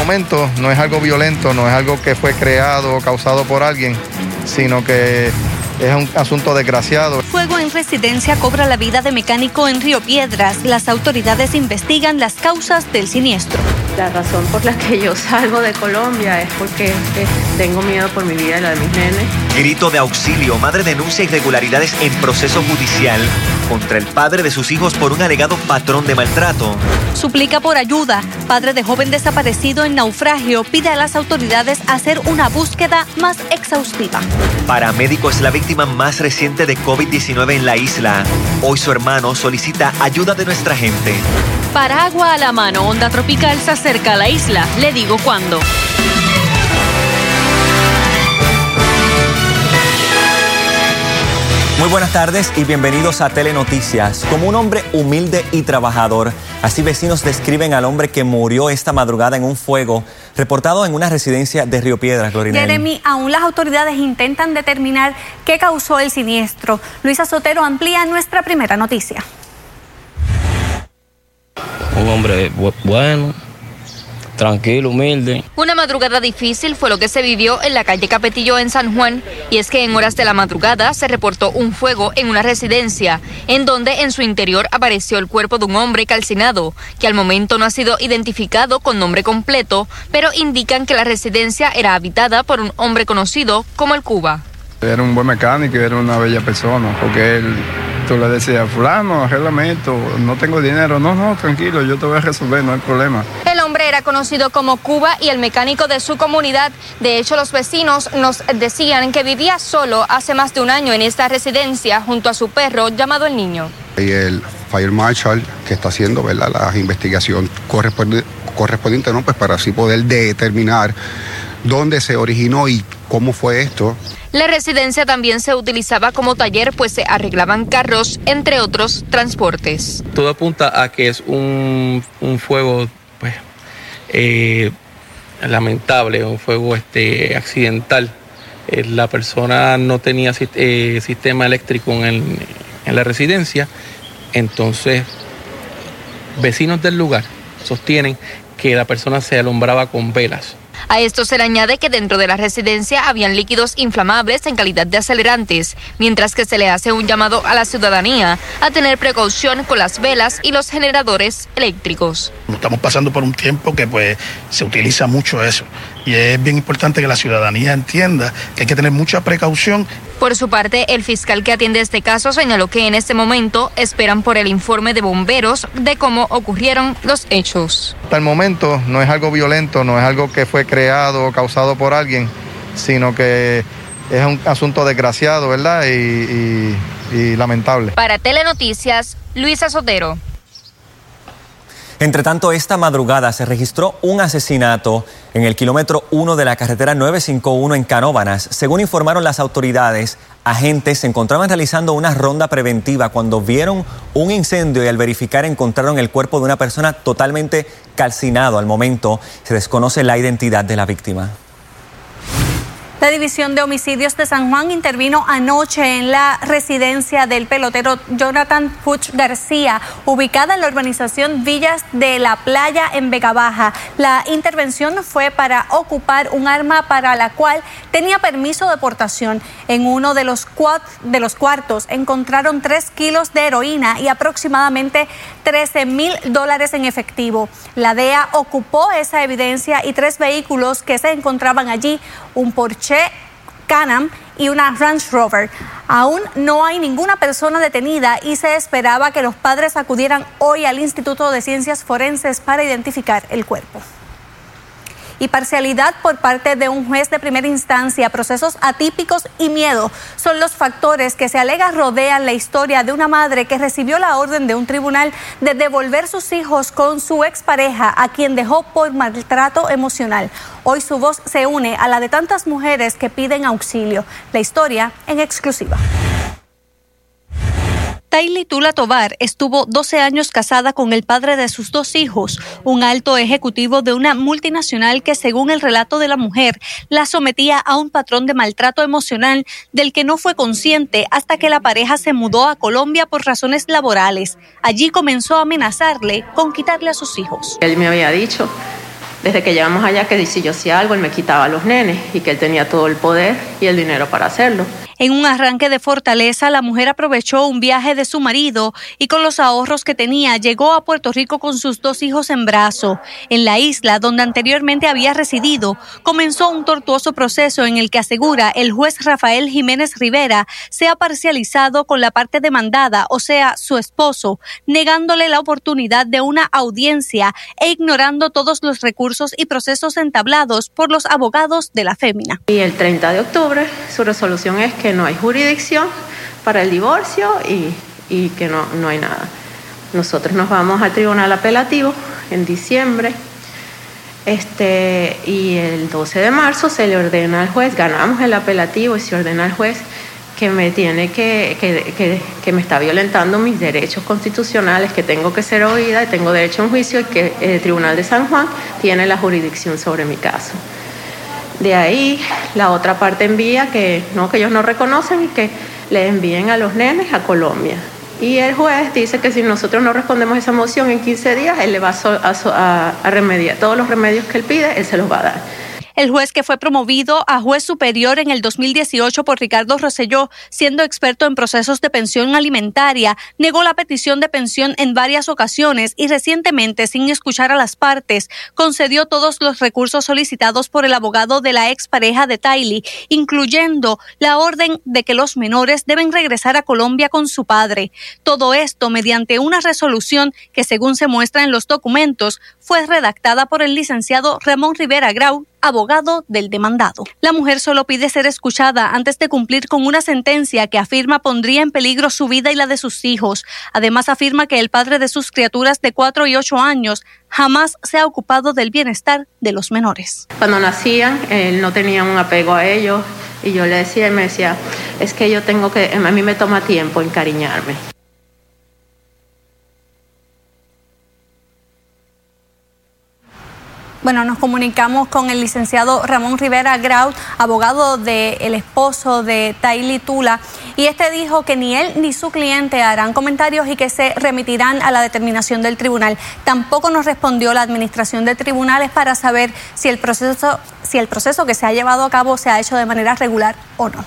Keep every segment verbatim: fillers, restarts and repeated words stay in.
momento no es algo violento, no es algo que fue creado o causado por alguien, sino que es un asunto desgraciado. Fuego en residencia cobra la vida de mecánico en Río Piedras. Las autoridades investigan las causas del siniestro. La razón por la que yo salgo de Colombia es porque eh, tengo miedo por mi vida y la de mis nenes. Grito de auxilio. Madre denuncia irregularidades en proceso judicial contra el padre de sus hijos por un alegado patrón de maltrato. Suplica por ayuda. Padre de joven desaparecido en naufragio pide a las autoridades hacer una búsqueda más exhaustiva. Paramédico es la víctima más reciente de COVID diecinueve en la isla. Hoy su hermano solicita ayuda de nuestra gente. Paraguas a la mano, onda tropical se acerca a la isla. Le digo cuándo. Muy buenas tardes y bienvenidos a Telenoticias. Como un hombre humilde y trabajador, así vecinos describen al hombre que murió esta madrugada en un fuego reportado en una residencia de Río Piedras, Glorinel. Jeremy, aún las autoridades intentan determinar qué causó el siniestro. Luisa Sotero amplía nuestra primera noticia. Un hombre bueno, tranquilo, humilde. Una madrugada difícil fue lo que se vivió en la calle Capetillo en San Juan, y es que en horas de la madrugada se reportó un fuego en una residencia, en donde en su interior apareció el cuerpo de un hombre calcinado, que al momento no ha sido identificado con nombre completo, pero indican que la residencia era habitada por un hombre conocido como el Cuba. Era un buen mecánico y era una bella persona, porque él, tú le decías, fulano, arréglame esto, no tengo dinero, no, no, tranquilo, yo te voy a resolver, no hay problema. El hombre era conocido como Cuba y el mecánico de su comunidad. De hecho, los vecinos nos decían que vivía solo hace más de un año en esta residencia junto a su perro llamado El Niño. Y el Fire Marshal que está haciendo, ¿verdad?, la investigación correspondiente, correspondiente, ¿no?, pues para así poder determinar dónde se originó y cómo fue esto. La residencia también se utilizaba como taller, pues se arreglaban carros, entre otros transportes. Todo apunta a que es un, un fuego pues, eh, lamentable, un fuego este, accidental. Eh, la persona no tenía eh, sistema eléctrico en, el, en la residencia, entonces vecinos del lugar sostienen que la persona se alumbraba con velas. A esto se le añade que dentro de la residencia habían líquidos inflamables en calidad de acelerantes, mientras que se le hace un llamado a la ciudadanía a tener precaución con las velas y los generadores eléctricos. Estamos pasando por un tiempo que pues se utiliza mucho eso y es bien importante que la ciudadanía entienda que hay que tener mucha precaución. Por su parte, el fiscal que atiende este caso señaló que en este momento esperan por el informe de bomberos de cómo ocurrieron los hechos. Hasta el momento no es algo violento, no es algo que fue creado o causado por alguien, sino que es un asunto desgraciado, ¿verdad? Y, y, y lamentable. Para Telenoticias, Luisa Sotero. Entre tanto, esta madrugada se registró un asesinato en el kilómetro uno de la carretera nueve cinco uno en Canóvanas. Según informaron las autoridades, agentes se encontraban realizando una ronda preventiva cuando vieron un incendio y al verificar encontraron el cuerpo de una persona totalmente calcinado. Al momento se desconoce la identidad de la víctima. La División de Homicidios de San Juan intervino anoche en la residencia del pelotero Jonathan Puch García, ubicada en la urbanización Villas de la Playa en Vega Baja. La intervención fue para ocupar un arma para la cual tenía permiso de portación. En uno de los, cuat- de los cuartos encontraron tres kilos de heroína y aproximadamente trece mil dólares en efectivo. La D E A ocupó esa evidencia y tres vehículos que se encontraban allí, un Porsche Can-Am y una Range Rover. Aún no hay ninguna persona detenida y se esperaba que los padres acudieran hoy al Instituto de Ciencias Forenses para identificar el cuerpo. Y parcialidad por parte de un juez de primera instancia, procesos atípicos y miedo son los factores que se alega rodean la historia de una madre que recibió la orden de un tribunal de devolver sus hijos con su expareja, a quien dejó por maltrato emocional. Hoy su voz se une a la de tantas mujeres que piden auxilio. La historia en exclusiva. Tayli Tula Tovar estuvo doce años casada con el padre de sus dos hijos, un alto ejecutivo de una multinacional que, según el relato de la mujer, la sometía a un patrón de maltrato emocional del que no fue consciente hasta que la pareja se mudó a Colombia por razones laborales. Allí comenzó a amenazarle con quitarle a sus hijos. Él me había dicho desde que llegamos allá, que si yo hacía algo, él me quitaba a los nenes y que él tenía todo el poder y el dinero para hacerlo. En un arranque de fortaleza, la mujer aprovechó un viaje de su marido y con los ahorros que tenía llegó a Puerto Rico con sus dos hijos en brazo. En la isla, donde anteriormente había residido, comenzó un tortuoso proceso en el que asegura el juez Rafael Jiménez Rivera se ha parcializado con la parte demandada, o sea, su esposo, negándole la oportunidad de una audiencia e ignorando todos los recursos y procesos entablados por los abogados de la fémina. Y el treinta de octubre, su resolución es que que no hay jurisdicción para el divorcio y, y que no, no hay nada. Nosotros nos vamos al tribunal apelativo en diciembre este, y el doce de marzo se le ordena al juez, ganamos el apelativo y se ordena al juez que me tiene que, que, que, que me está violentando mis derechos constitucionales, que tengo que ser oída y tengo derecho a un juicio y que el Tribunal de San Juan tiene la jurisdicción sobre mi caso. De ahí, la otra parte envía que, no, que ellos no reconocen y que le envíen a los nenes a Colombia. Y el juez dice que si nosotros no respondemos a esa moción en quince días, él le va a, a, a remediar todos los remedios que él pide, él se los va a dar. El juez, que fue promovido a juez superior en el dos mil dieciocho por Ricardo Rosselló, siendo experto en procesos de pensión alimentaria, negó la petición de pensión en varias ocasiones y recientemente, sin escuchar a las partes, concedió todos los recursos solicitados por el abogado de la expareja de Tylee, incluyendo la orden de que los menores deben regresar a Colombia con su padre. Todo esto mediante una resolución que, según se muestra en los documentos, fue redactada por el licenciado Ramón Rivera Grau, abogado del demandado. La mujer solo pide ser escuchada antes de cumplir con una sentencia que afirma pondría en peligro su vida y la de sus hijos. Además, afirma que el padre de sus criaturas de cuatro y ocho años jamás se ha ocupado del bienestar de los menores. Cuando nacían, él no tenía un apego a ellos y yo le decía, él me decía, es que yo tengo que, a mí me toma tiempo encariñarme. Bueno, nos comunicamos con el licenciado Ramón Rivera Grau, abogado del esposo de Tylee Tula, y este dijo que ni él ni su cliente harán comentarios y que se remitirán a la determinación del tribunal. Tampoco nos respondió la administración de tribunales para saber si el proceso, si el proceso que se ha llevado a cabo se ha hecho de manera regular o no.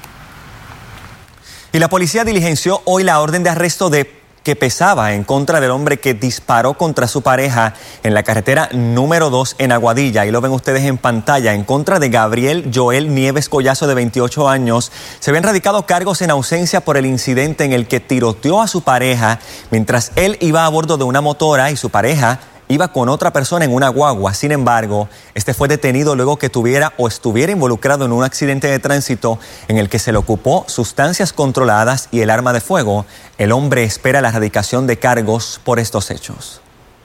Y la policía diligenció hoy la orden de arresto de que pesaba en contra del hombre que disparó contra su pareja en la carretera número dos en Aguadilla. Ahí lo ven ustedes en pantalla. En contra de Gabriel Joel Nieves Collazo, de veintiocho años, se habían radicado cargos en ausencia por el incidente en el que tiroteó a su pareja mientras él iba a bordo de una motora y su pareja iba con otra persona en una guagua. Sin embargo, este fue detenido luego que tuviera o estuviera involucrado en un accidente de tránsito en el que se le ocupó sustancias controladas y el arma de fuego. El hombre espera la erradicación de cargos por estos hechos.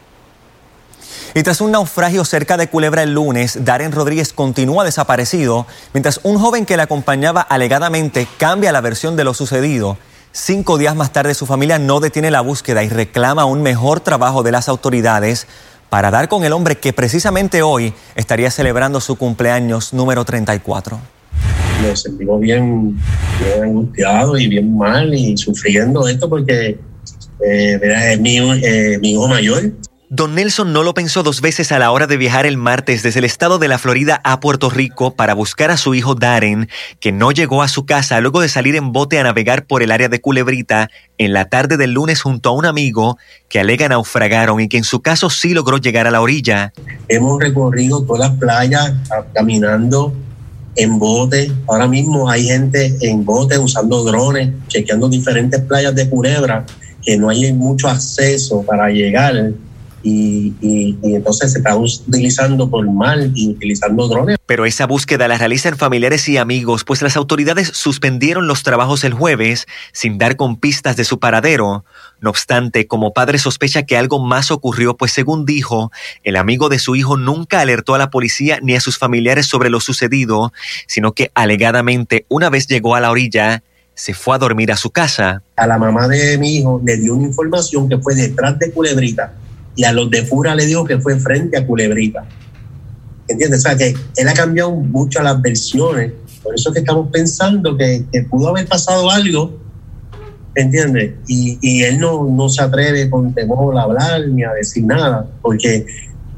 Y tras un naufragio cerca de Culebra el lunes, Darren Rodríguez continúa desaparecido, mientras un joven que le acompañaba alegadamente cambia la versión de lo sucedido. Cinco días más tarde, su familia no detiene la búsqueda y reclama un mejor trabajo de las autoridades para dar con el hombre que precisamente hoy estaría celebrando su cumpleaños número treinta y cuatro. Me sentimos bien, bien angustiados y bien mal y sufriendo esto porque eh, es mi, eh, mi hijo mayor. Don Nelson no lo pensó dos veces a la hora de viajar el martes desde el estado de la Florida a Puerto Rico para buscar a su hijo Darren, que no llegó a su casa luego de salir en bote a navegar por el área de Culebrita en la tarde del lunes junto a un amigo que alega naufragaron y que en su caso sí logró llegar a la orilla. Hemos recorrido todas las playas caminando en bote. Ahora mismo hay gente en bote usando drones, chequeando diferentes playas de Culebra, que no hay mucho acceso para llegar. Y, y, y entonces se está utilizando por mal y utilizando drones. Pero esa búsqueda la realizan familiares y amigos, pues las autoridades suspendieron los trabajos el jueves sin dar con pistas de su paradero. No obstante, como padre sospecha que algo más ocurrió, pues según dijo, el amigo de su hijo nunca alertó a la policía ni a sus familiares sobre lo sucedido, sino que alegadamente una vez llegó a la orilla, se fue a dormir a su casa. A la mamá de mi hijo le dio una información que fue detrás de Culebrita, y a los de Fura le dijo que fue frente a Culebrita. ¿Entiendes? O sea, que él ha cambiado mucho las versiones. Por eso es que estamos pensando que, que pudo haber pasado algo, ¿entiendes? Y, y él no, no se atreve con temor a hablar ni a decir nada, porque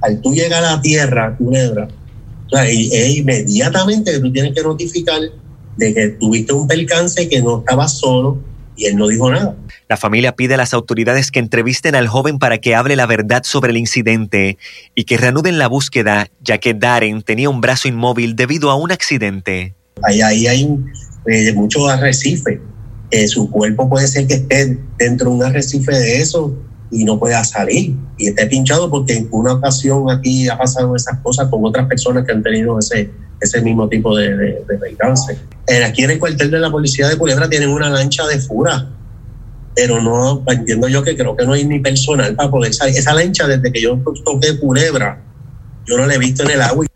al tú llegar a la tierra, Culebra, o sea, es inmediatamente que tú tienes que notificar de que tuviste un percance, que no estabas solo, y él no dijo nada. La familia pide a las autoridades que entrevisten al joven para que hable la verdad sobre el incidente y que reanuden la búsqueda, ya que Darren tenía un brazo inmóvil debido a un accidente. Ahí, ahí hay eh, muchos arrecifes. Eh, su cuerpo puede ser que esté dentro de un arrecife de eso y no pueda salir y esté pinchado, porque en una ocasión aquí ha pasado esas cosas con otras personas que han tenido ese, ese mismo tipo de, de, de percance. Eh, aquí en el cuartel de la policía de Culebra tienen una lancha de fura, pero no, entiendo yo que creo que no hay ni personal para poder salir. Esa lancha, desde que yo toqué Culebra, yo no la he visto en el agua.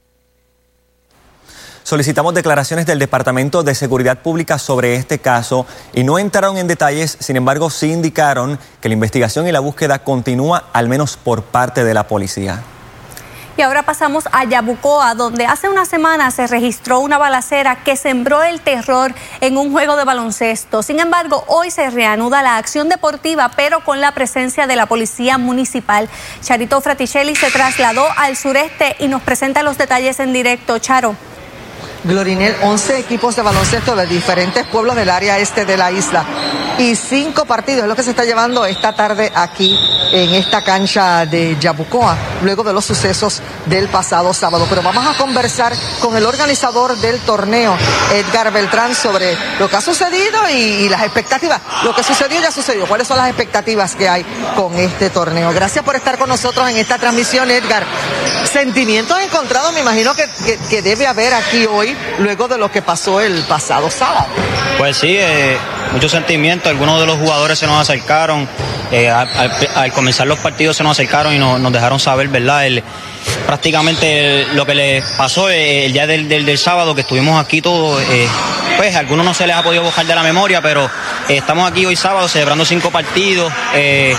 Solicitamos declaraciones del Departamento de Seguridad Pública sobre este caso y no entraron en detalles, sin embargo sí indicaron que la investigación y la búsqueda continúa, al menos por parte de la policía. Y ahora pasamos a Yabucoa, donde hace una semana se registró una balacera que sembró el terror en un juego de baloncesto. Sin embargo, hoy se reanuda la acción deportiva, pero con la presencia de la Policía Municipal. Charito Fraticelli se trasladó al sureste y nos presenta los detalles en directo. Charo. Glorinel, once equipos de baloncesto de diferentes pueblos del área este de la isla y cinco partidos es lo que se está llevando esta tarde aquí en esta cancha de Yabucoa, luego de los sucesos del pasado sábado. Pero vamos a conversar con el organizador del torneo, Edgar Beltrán, sobre lo que ha sucedido y, y las expectativas. Lo que sucedió ya sucedió. ¿Cuáles son las expectativas que hay con este torneo? Gracias por estar con nosotros en esta transmisión, Edgar. Sentimientos encontrados, me imagino que, que, que debe haber aquí hoy, luego de lo que pasó el pasado sábado. Pues sí, eh, muchos sentimientos. Algunos de los jugadores se nos acercaron, eh, al, al, al comenzar los partidos se nos acercaron y nos, nos dejaron saber, ¿verdad? El, prácticamente el, lo que les pasó eh, el día del, del, del sábado, que estuvimos aquí todos, eh, pues a algunos no se les ha podido borrar de la memoria, pero eh, estamos aquí hoy sábado celebrando cinco partidos. Eh,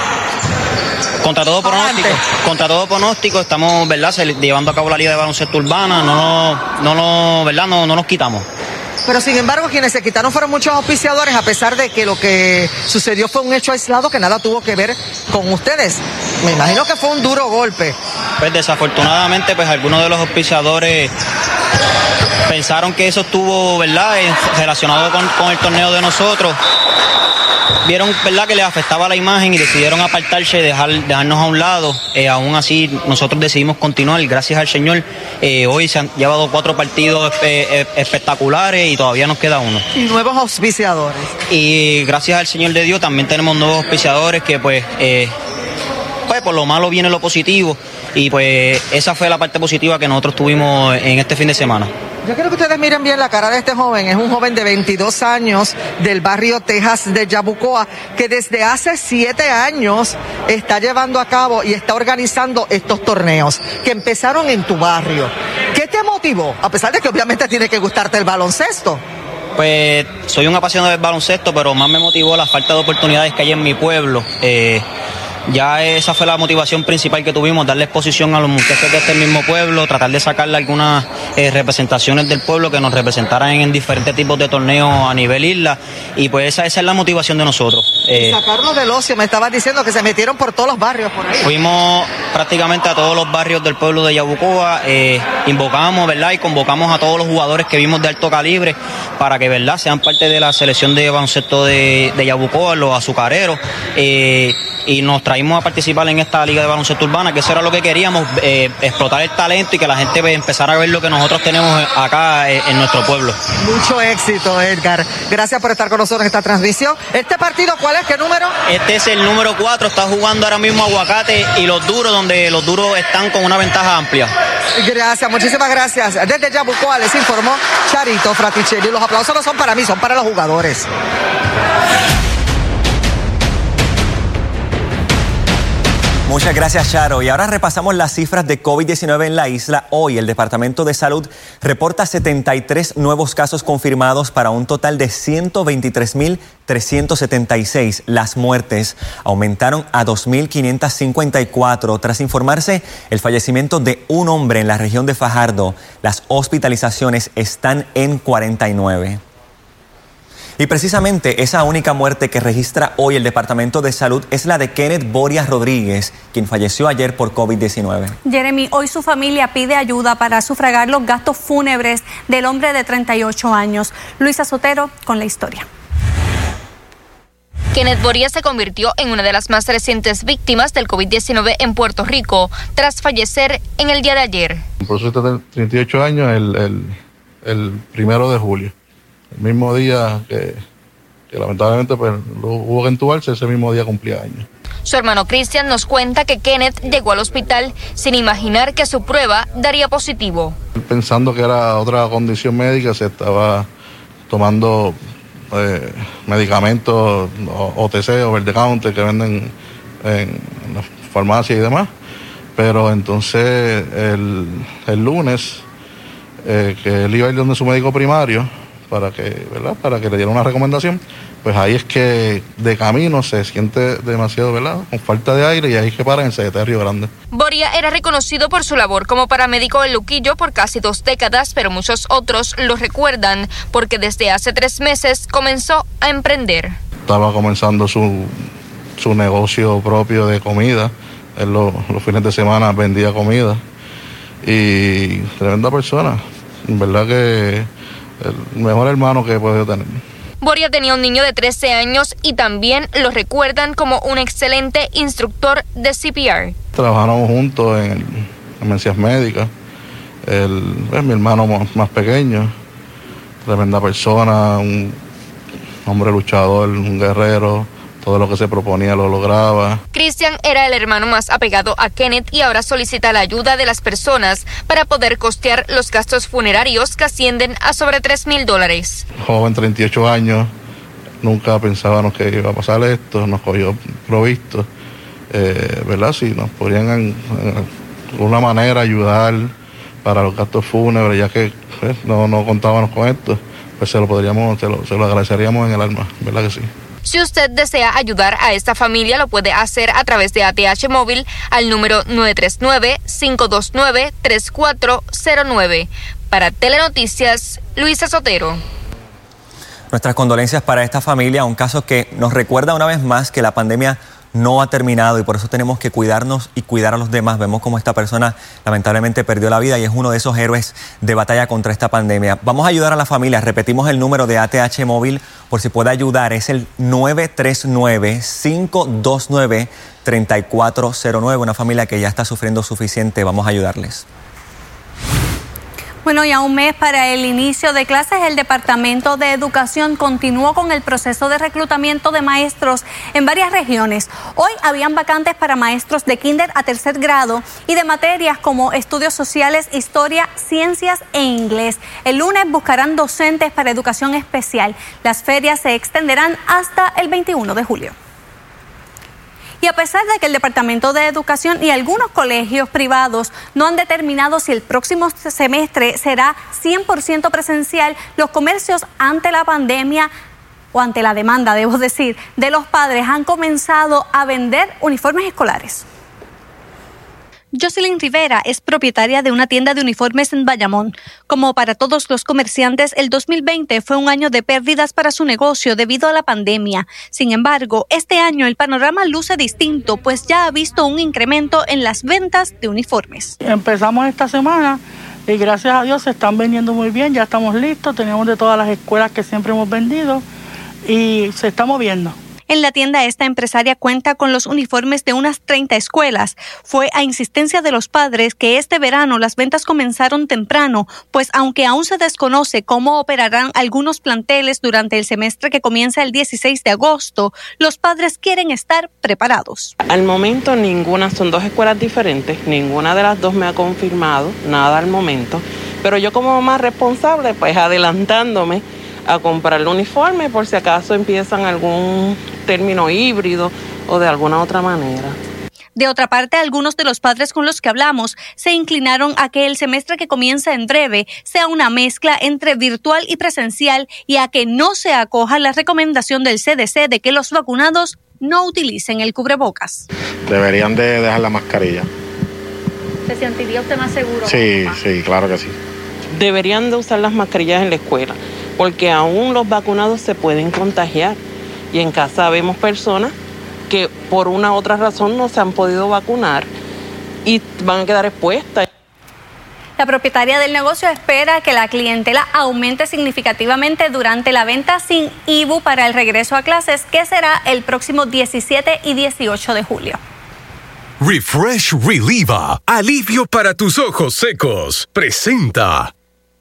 Contra todo pronóstico, contra todo pronóstico, estamos, ¿verdad?, llevando a cabo la Liga de Baloncesto Urbana, no, no, no, ¿verdad?, no, no nos quitamos. Pero sin embargo, quienes se quitaron fueron muchos auspiciadores, a pesar de que lo que sucedió fue un hecho aislado que nada tuvo que ver con ustedes. Me imagino que fue un duro golpe. Pues desafortunadamente, pues algunos de los auspiciadores pensaron que eso estuvo, ¿verdad?, relacionado con, con el torneo de nosotros. Vieron, ¿verdad?, que les afectaba la imagen y decidieron apartarse y dejar, dejarnos a un lado. Eh, aún así, nosotros decidimos continuar. Gracias al Señor, eh, hoy se han llevado cuatro partidos eh, espectaculares y todavía nos queda uno. Y nuevos auspiciadores. Y gracias al Señor de Dios también tenemos nuevos auspiciadores que pues, eh, pues por lo malo viene lo positivo. Y pues esa fue la parte positiva que nosotros tuvimos en este fin de semana. Yo quiero que ustedes miren bien la cara de este joven. Es un joven de veintidós años del barrio Texas de Yabucoa, que desde hace siete años está llevando a cabo y está organizando estos torneos que empezaron en tu barrio. ¿Qué te motivó? A pesar de que obviamente tiene que gustarte el baloncesto. Pues soy un apasionado del baloncesto, pero más me motivó la falta de oportunidades que hay en mi pueblo. Eh, Ya esa fue la motivación principal que tuvimos, darle exposición a los muchachos de este mismo pueblo, tratar de sacarle algunas eh, representaciones del pueblo que nos representaran en diferentes tipos de torneos a nivel isla, y pues esa, esa es la motivación de nosotros. Eh, sacarlos del ocio, me estabas diciendo que se metieron por todos los barrios por ahí. Fuimos prácticamente a todos los barrios del pueblo de Yabucoa, eh, invocamos, ¿verdad?, y convocamos a todos los jugadores que vimos de alto calibre para que, ¿verdad?, sean parte de la selección de baloncesto de, de Yabucoa, los azucareros, eh, y nos traímos a participar en esta Liga de Baloncesto Urbana, que eso era lo que queríamos, eh, explotar el talento y que la gente pues, empezara a ver lo que nosotros tenemos acá eh, en nuestro pueblo. Mucho éxito, Edgar. Gracias por estar con nosotros en esta transmisión. ¿Este partido cuál es? ¿Qué número? Este es el número cuatro, está jugando ahora mismo Aguacate y Los Duros, donde Los Duros están con una ventaja amplia. Gracias, muchísimas gracias. Desde Yabucoa les informó Charito Fraticelli. Los aplausos no son para mí, son para los jugadores. Muchas gracias, Charo. Y ahora repasamos las cifras de COVID diecinueve en la isla. Hoy el Departamento de Salud reporta setenta y tres nuevos casos confirmados para un total de ciento veintitrés mil trescientos setenta y seis. Las muertes aumentaron a dos mil quinientos cincuenta y cuatro tras informarse el fallecimiento de un hombre en la región de Fajardo. Las hospitalizaciones están en cuarenta y nueve. Y precisamente esa única muerte que registra hoy el Departamento de Salud es la de Kenneth Boria Rodríguez, quien falleció ayer por COVID diecinueve. Jeremy, hoy su familia pide ayuda para sufragar los gastos fúnebres del hombre de treinta y ocho años. Luisa Sotero con la historia. Kenneth Boria se convirtió en una de las más recientes víctimas del COVID diecinueve en Puerto Rico, tras fallecer en el día de ayer. Por eso de treinta y ocho años, el, el, el primero de julio, el mismo día que, que lamentablemente pues, lo, hubo que entubarse, ese mismo día cumplía años. Su hermano Cristian nos cuenta que Kenneth llegó al hospital sin imaginar que su prueba daría positivo. Pensando que era otra condición médica, se estaba tomando Eh, medicamentos O T C, over the counter, que venden en las farmacias y demás, pero entonces el, el lunes eh, que él iba a ir donde su médico primario para que, ¿verdad? para que le diera una recomendación, pues ahí es que de camino se siente demasiado, ¿verdad? Con falta de aire, y ahí es que para en el C D T de Río Grande. Boria era reconocido por su labor como paramédico en Luquillo por casi dos décadas, pero muchos otros lo recuerdan porque desde hace tres meses comenzó a emprender. Estaba comenzando su, su negocio propio de comida. Él lo, los fines de semana vendía comida. Y tremenda persona. En verdad que el mejor hermano que he podido tener. Boria tenía un niño de trece años y también lo recuerdan como un excelente instructor de C P R. Trabajamos juntos en emergencias médicas. Él es mi hermano más, más pequeño, tremenda persona, un hombre luchador, un guerrero. Todo lo que se proponía lo lograba. Cristian era el hermano más apegado a Kenneth y ahora solicita la ayuda de las personas para poder costear los gastos funerarios que ascienden a sobre tres mil dólares. Joven, treinta y ocho años, nunca pensábamos que iba a pasar esto, nos cogió provisto, eh, ¿verdad? Si nos podrían de alguna manera ayudar para los gastos fúnebres, ya que pues, no, no contábamos con esto, pues se lo podríamos, se lo, se lo agradeceríamos en el alma, ¿verdad que sí? Si usted desea ayudar a esta familia, lo puede hacer a través de A T H Móvil al número nueve tres nueve, cinco dos nueve, tres cuatro cero nueve. Para Telenoticias, Luisa Sotero. Nuestras condolencias para esta familia, un caso que nos recuerda una vez más que la pandemia no ha terminado y por eso tenemos que cuidarnos y cuidar a los demás. Vemos cómo esta persona lamentablemente perdió la vida y es uno de esos héroes de batalla contra esta pandemia. Vamos a ayudar a la familia. Repetimos el número de A T H Móvil por si puede ayudar. Es el nueve tres nueve, cinco dos nueve, tres cuatro cero nueve. Una familia que ya está sufriendo suficiente. Vamos a ayudarles. Bueno, y a un mes para el inicio de clases, el Departamento de Educación continuó con el proceso de reclutamiento de maestros en varias regiones. Hoy habían vacantes para maestros de kinder a tercer grado y de materias como estudios sociales, historia, ciencias e inglés. El lunes buscarán docentes para educación especial. Las ferias se extenderán hasta el veintiuno de julio. Y a pesar de que el Departamento de Educación y algunos colegios privados no han determinado si el próximo semestre será cien por ciento presencial, los comercios ante la pandemia o ante la demanda, debo decir, de los padres han comenzado a vender uniformes escolares. Jocelyn Rivera es propietaria de una tienda de uniformes en Bayamón. Como para todos los comerciantes, el dos mil veinte fue un año de pérdidas para su negocio debido a la pandemia. Sin embargo, este año el panorama luce distinto, pues ya ha visto un incremento en las ventas de uniformes. Empezamos esta semana y gracias a Dios se están vendiendo muy bien, ya estamos listos, tenemos de todas las escuelas que siempre hemos vendido y se está moviendo. En la tienda esta empresaria cuenta con los uniformes de unas treinta escuelas. Fue a insistencia de los padres que este verano las ventas comenzaron temprano, pues aunque aún se desconoce cómo operarán algunos planteles durante el semestre que comienza el dieciséis de agosto, los padres quieren estar preparados. Al momento ninguna, son dos escuelas diferentes, ninguna de las dos me ha confirmado nada al momento, pero yo como mamá responsable, pues adelantándome a comprar el uniforme por si acaso empiezan algún término híbrido o de alguna otra manera. De otra parte, algunos de los padres con los que hablamos se inclinaron a que el semestre que comienza en breve sea una mezcla entre virtual y presencial y a que no se acoja la recomendación del C D C de que los vacunados no utilicen el cubrebocas. Deberían de dejar la mascarilla. ¿Se sentiría usted más seguro? Sí, sí, claro que sí. Deberían de usar las mascarillas en la escuela. porque aún los vacunados se pueden contagiar. Y en casa vemos personas que por una u otra razón no se han podido vacunar y van a quedar expuestas. La propietaria del negocio espera que la clientela aumente significativamente durante la venta sin I B U para el regreso a clases, que será el próximo diecisiete y dieciocho de julio. Refresh Relieva, alivio para tus ojos secos, presenta.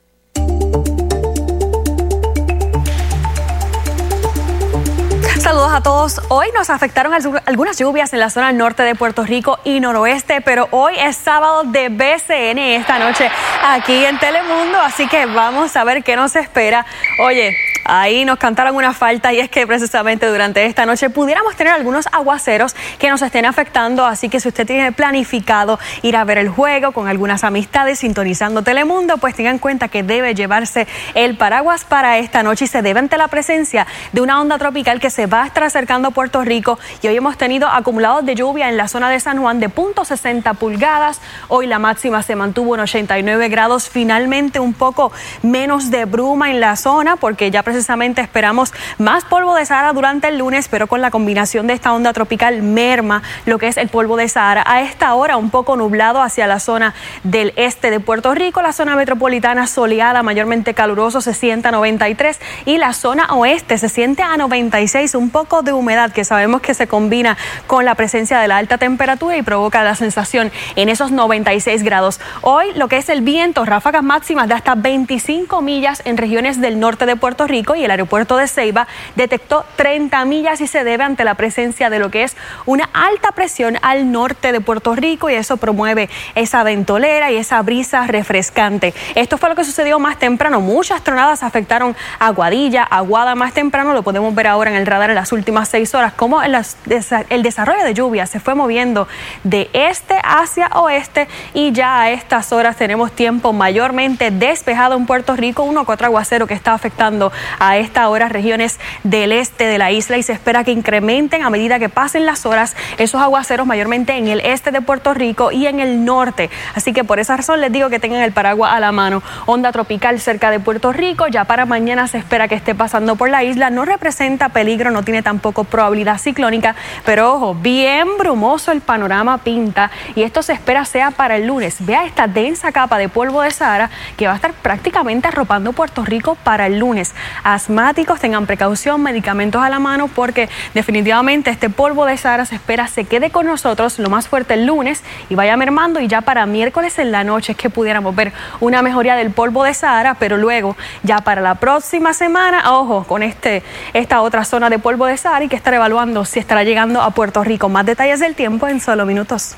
Saludos a todos. Hoy nos afectaron algunas lluvias en la zona norte de Puerto Rico y noroeste, pero hoy es sábado de B C N esta noche aquí en Telemundo, así que vamos a ver qué nos espera. Oye, ahí nos cantaron una falta y es que precisamente durante esta noche pudiéramos tener algunos aguaceros que nos estén afectando, así que si usted tiene planificado ir a ver el juego con algunas amistades sintonizando Telemundo, pues tenga en cuenta que debe llevarse el paraguas para esta noche y se debe ante la presencia de una onda tropical que se va a estar acercando a Puerto Rico y hoy hemos tenido acumulados de lluvia en la zona de San Juan de punto sesenta pulgadas. Hoy la máxima se mantuvo en ochenta y nueve grados, finalmente un poco menos de bruma en la zona porque ya precisamente esperamos más polvo de Sahara durante el lunes, pero con la combinación de esta onda tropical merma lo que es el polvo de Sahara. A esta hora un poco nublado hacia la zona del este de Puerto Rico, la zona metropolitana soleada, mayormente caluroso, se siente a noventa y tres y la zona oeste se siente a noventa y seis, un poco de humedad que sabemos que se combina con la presencia de la alta temperatura y provoca la sensación en esos noventa y seis grados. Hoy lo que es el viento, ráfagas máximas de hasta veinticinco millas en regiones del norte de Puerto Rico y el aeropuerto de Ceiba detectó treinta millas y se debe ante la presencia de lo que es una alta presión al norte de Puerto Rico y eso promueve esa ventolera y esa brisa refrescante. Esto fue lo que sucedió más temprano. Muchas tronadas afectaron a Aguadilla, Aguada más temprano, lo podemos ver ahora en el radar en las últimas seis horas, como el, el desarrollo de lluvia se fue moviendo de este hacia oeste y ya a estas horas tenemos tiempo mayormente despejado en Puerto Rico, uno que otro aguacero que está afectando a esta hora regiones del este de la isla y se espera que incrementen a medida que pasen las horas esos aguaceros mayormente en el este de Puerto Rico y en el norte. Así que por esa razón les digo que tengan el paraguas a la mano. Onda tropical cerca de Puerto Rico, ya para mañana se espera que esté pasando por la isla, no representa peligro, no tiene tampoco probabilidad ciclónica, pero ojo, bien brumoso el panorama pinta y esto se espera sea para el lunes. Vea esta densa capa de polvo de Sahara que va a estar prácticamente arropando Puerto Rico para el lunes. Asmáticos, tengan precaución, medicamentos a la mano porque definitivamente este polvo de Sahara se espera se quede con nosotros lo más fuerte el lunes y vaya mermando y ya para miércoles en la noche es que pudiéramos ver una mejoría del polvo de Sahara, pero luego ya para la próxima semana, ojo, con este esta otra zona de polvo de Sahara y que estar evaluando si estará llegando a Puerto Rico. Más detalles del tiempo en solo minutos.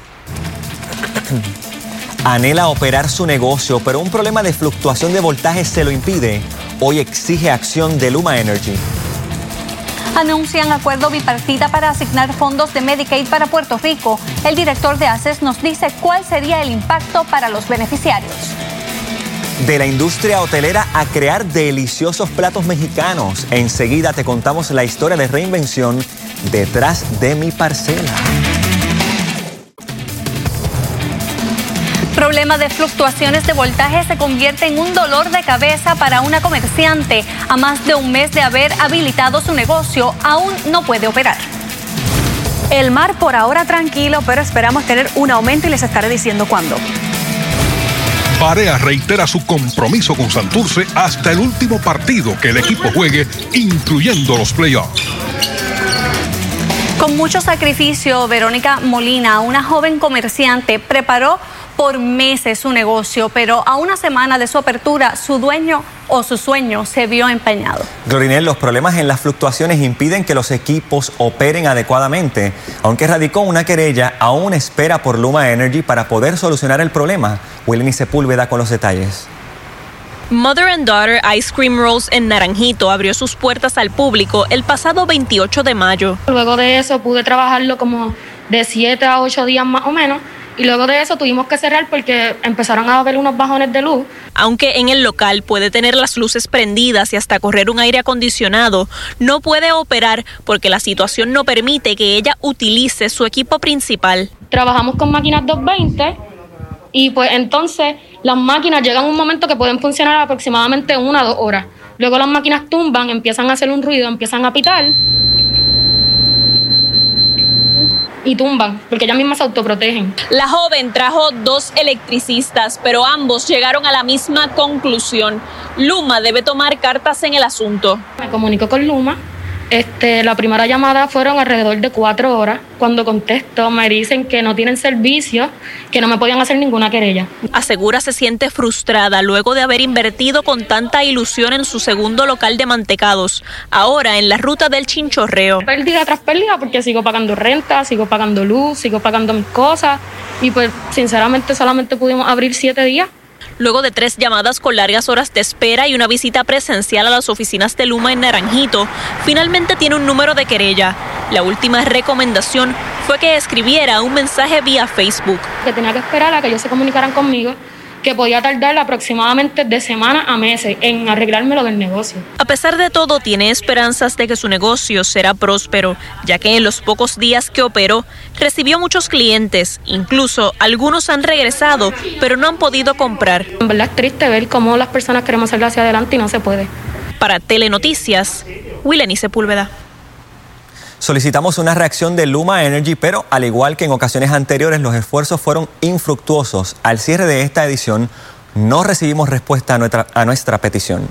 Anhela operar su negocio, pero un problema de fluctuación de voltaje se lo impide. Hoy exige acción de Luma Energy. Anuncian acuerdo bipartita para asignar fondos de Medicaid para Puerto Rico. El director de ACES nos dice cuál sería el impacto para los beneficiarios. De la industria hotelera a crear deliciosos platos mexicanos. Enseguida te contamos la historia de reinvención detrás de mi parcela. Problema de fluctuaciones de voltaje se convierte en un dolor de cabeza para una comerciante. A más de un mes de haber habilitado su negocio, aún no puede operar. El mar por ahora tranquilo, pero esperamos tener un aumento y les estaré diciendo cuándo. Barea reitera su compromiso con Santurce hasta el último partido que el equipo juegue, incluyendo los playoffs. Con mucho sacrificio, Verónica Molina, una joven comerciante, preparó por meses su negocio, pero a una semana de su apertura, su dueño o su sueño se vio empañado. Glorinel, los problemas en las fluctuaciones impiden que los equipos operen adecuadamente. Aunque radicó una querella, aún espera por Luma Energy para poder solucionar el problema. Willy Sepúlveda con los detalles. Mother and Daughter Ice Cream Rolls en Naranjito abrió sus puertas al público el pasado veintiocho de mayo. Luego de eso pude trabajarlo como de siete a ocho días más o menos. Y luego de eso tuvimos que cerrar porque empezaron a haber unos bajones de luz. Aunque en el local puede tener las luces prendidas y hasta correr un aire acondicionado, no puede operar porque la situación no permite que ella utilice su equipo principal. Trabajamos con máquinas doscientos veinte Y pues entonces las máquinas llegan a un momento que pueden funcionar aproximadamente una o dos horas. Luego las máquinas tumban, empiezan a hacer un ruido, empiezan a pitar y tumban, porque ellas mismas se autoprotegen. La joven trajo dos electricistas, pero ambos llegaron a la misma conclusión. Luma debe tomar cartas en el asunto. Me comunico con Luma. Este, la primera llamada fueron alrededor de cuatro horas. Cuando contesto me dicen que no tienen servicio, que no me podían hacer ninguna querella. Asegura se siente frustrada luego de haber invertido con tanta ilusión en su segundo local de mantecados, ahora en la ruta del chinchorreo. Pérdida tras pérdida porque sigo pagando renta, sigo pagando luz, sigo pagando mis cosas y pues sinceramente solamente pudimos abrir siete días. Luego de tres llamadas con largas horas de espera y una visita presencial a las oficinas de Luma en Naranjito, finalmente tiene un número de querella. La última recomendación fue que escribiera un mensaje vía Facebook. Que tenía que esperar a que ellos se comunicaran conmigo, que podía tardar aproximadamente de semana a meses en arreglarme lo del negocio. A pesar de todo, tiene esperanzas de que su negocio será próspero, ya que en los pocos días que operó, recibió muchos clientes, incluso algunos han regresado, pero no han podido comprar. En verdad es triste ver cómo las personas queremos salir hacia adelante y no se puede. Para Telenoticias, Wileni Sepúlveda. Solicitamos una reacción de Luma Energy, pero al igual que en ocasiones anteriores, los esfuerzos fueron infructuosos. Al cierre de esta edición, no recibimos respuesta a nuestra, a nuestra petición.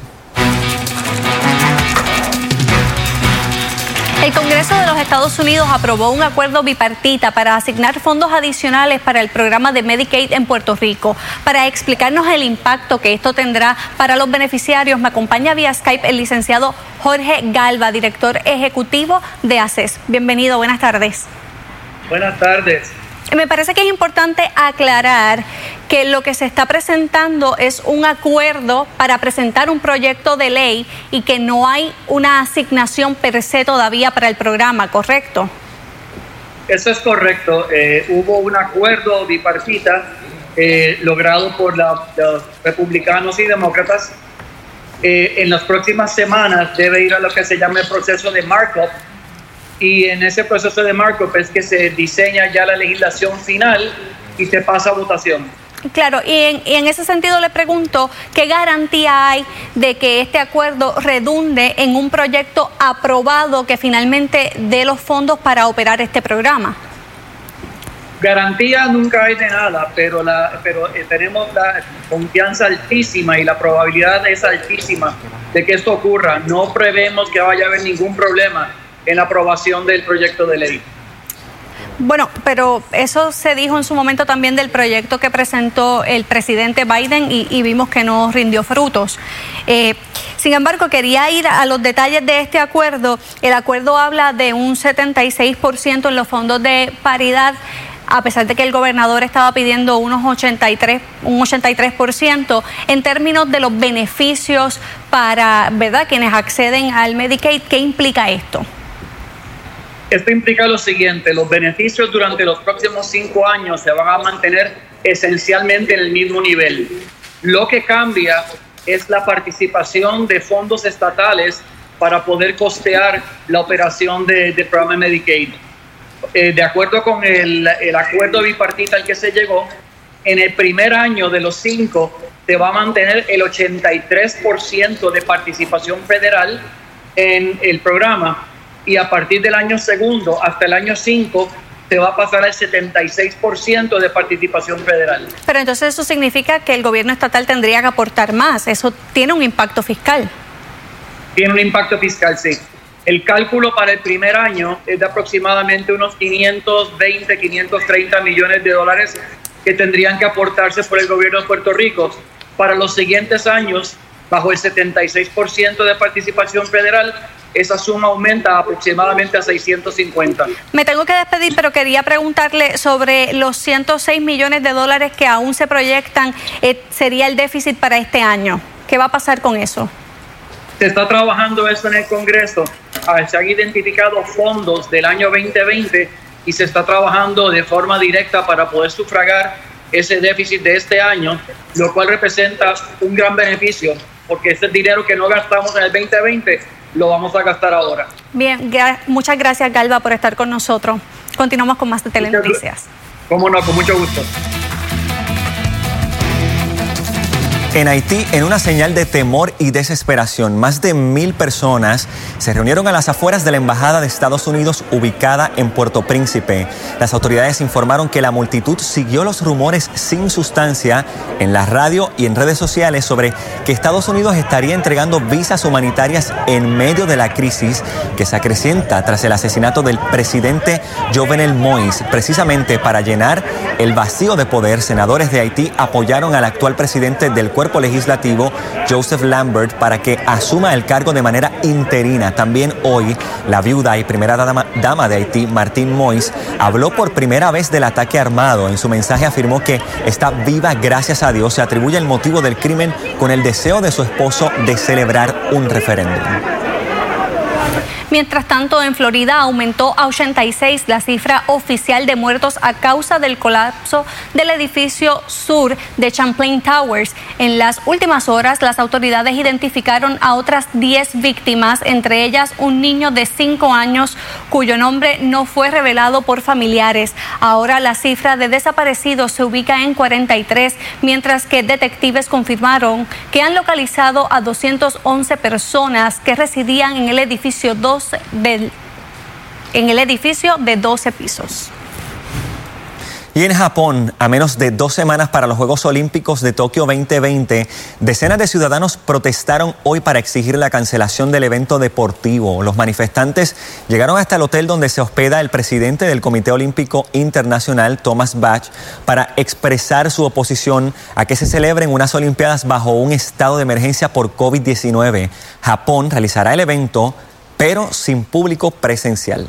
El Congreso de los Estados Unidos aprobó un acuerdo bipartita para asignar fondos adicionales para el programa de Medicaid en Puerto Rico. Para explicarnos el impacto que esto tendrá para los beneficiarios, me acompaña vía Skype el licenciado Jorge Galva, director ejecutivo de ACES. Bienvenido, buenas tardes. Buenas tardes. Me parece que es importante aclarar que lo que se está presentando es un acuerdo para presentar un proyecto de ley y que no hay una asignación per se todavía para el programa, ¿correcto? Eso es correcto. Eh, hubo un acuerdo bipartita eh, logrado por la, los republicanos y demócratas. Eh, en las próximas semanas debe ir a lo que se llama el proceso de markup. Y en ese proceso de markup es que se diseña ya la legislación final y se pasa a votación. Claro, y en, y en ese sentido le pregunto, ¿qué garantía hay de que este acuerdo redunde en un proyecto aprobado que finalmente dé los fondos para operar este programa? Garantía nunca hay de nada, pero, la, pero eh, tenemos la confianza altísima y la probabilidad es altísima de que esto ocurra. No prevemos que vaya a haber ningún problema en la aprobación del proyecto de ley. Bueno, pero eso se dijo en su momento también del proyecto que presentó el presidente Biden y, y vimos que no rindió frutos. Eh, sin embargo, quería ir a los detalles de este acuerdo. El acuerdo habla de un setenta y seis por ciento en los fondos de paridad, a pesar de que el gobernador estaba pidiendo unos ochenta y tres, un ochenta y tres por ciento en términos de los beneficios para, ¿verdad?, quienes acceden al Medicaid. ¿Qué implica esto? Esto implica lo siguiente: los beneficios durante los próximos cinco años se van a mantener esencialmente en el mismo nivel. Lo que cambia es la participación de fondos estatales para poder costear la operación de, de programa Medicaid. Eh, de acuerdo con el, el acuerdo bipartita al que se llegó, en el primer año de los cinco se va a mantener el ochenta y tres por ciento de participación federal en el programa. Y a partir del año segundo hasta el año cinco se va a pasar al setenta y seis por ciento de participación federal. Pero entonces eso significa que el gobierno estatal tendría que aportar más. Eso tiene un impacto fiscal. Tiene un impacto fiscal, sí. El cálculo para el primer año es de aproximadamente unos quinientos veinte, quinientos treinta millones de dólares que tendrían que aportarse por el gobierno de Puerto Rico. Para los siguientes años, bajo el setenta y seis por ciento de participación federal, esa suma aumenta aproximadamente a seiscientos cincuenta. Me tengo que despedir, pero quería preguntarle sobre los ciento seis millones de dólares que aún se proyectan, eh, sería el déficit para este año. ¿Qué va a pasar con eso? Se está trabajando eso en el Congreso. Se han identificado fondos del año veinte veinte y se está trabajando de forma directa para poder sufragar ese déficit de este año, lo cual representa un gran beneficio, porque ese dinero que no gastamos en el veinte veinte lo vamos a gastar ahora. Bien, gra- muchas gracias, Galva, por estar con nosotros. Continuamos con más de Telenoticias. Cómo no, con mucho gusto. En Haití, en una señal de temor y desesperación, más de mil personas se reunieron a las afueras de la Embajada de Estados Unidos ubicada en Puerto Príncipe. Las autoridades informaron que la multitud siguió los rumores sin sustancia en la radio y en redes sociales sobre que Estados Unidos estaría entregando visas humanitarias en medio de la crisis que se acrecienta tras el asesinato del presidente Jovenel Moïse. Precisamente para llenar el vacío de poder, senadores de Haití apoyaron al actual presidente del cuerpo legislativo, Joseph Lambert, para que asuma el cargo de manera interina. También hoy, la viuda y primera dama, dama de Haití, Martine Moïse, habló por primera vez del ataque armado. En su mensaje afirmó que está viva gracias a Dios. Se atribuye el motivo del crimen con el deseo de su esposo de celebrar un referéndum. Mientras tanto, en Florida aumentó a ochenta y seis la cifra oficial de muertos a causa del colapso del edificio sur de Champlain Towers. En las últimas horas, las autoridades identificaron a otras diez víctimas, entre ellas un niño de cinco años cuyo nombre no fue revelado por familiares. Ahora la cifra de desaparecidos se ubica en cuarenta y tres, mientras que detectives confirmaron que han localizado a doscientas once personas que residían en el edificio dos Del, en el edificio de doce pisos. Y en Japón, a menos de dos semanas para los Juegos Olímpicos de Tokio veinte veinte, decenas de ciudadanos protestaron hoy para exigir la cancelación del evento deportivo. Los manifestantes llegaron hasta el hotel donde se hospeda el presidente del Comité Olímpico Internacional, Thomas Bach, para expresar su oposición a que se celebren unas Olimpiadas bajo un estado de emergencia por COVID diecinueve. Japón realizará el evento, pero sin público presencial.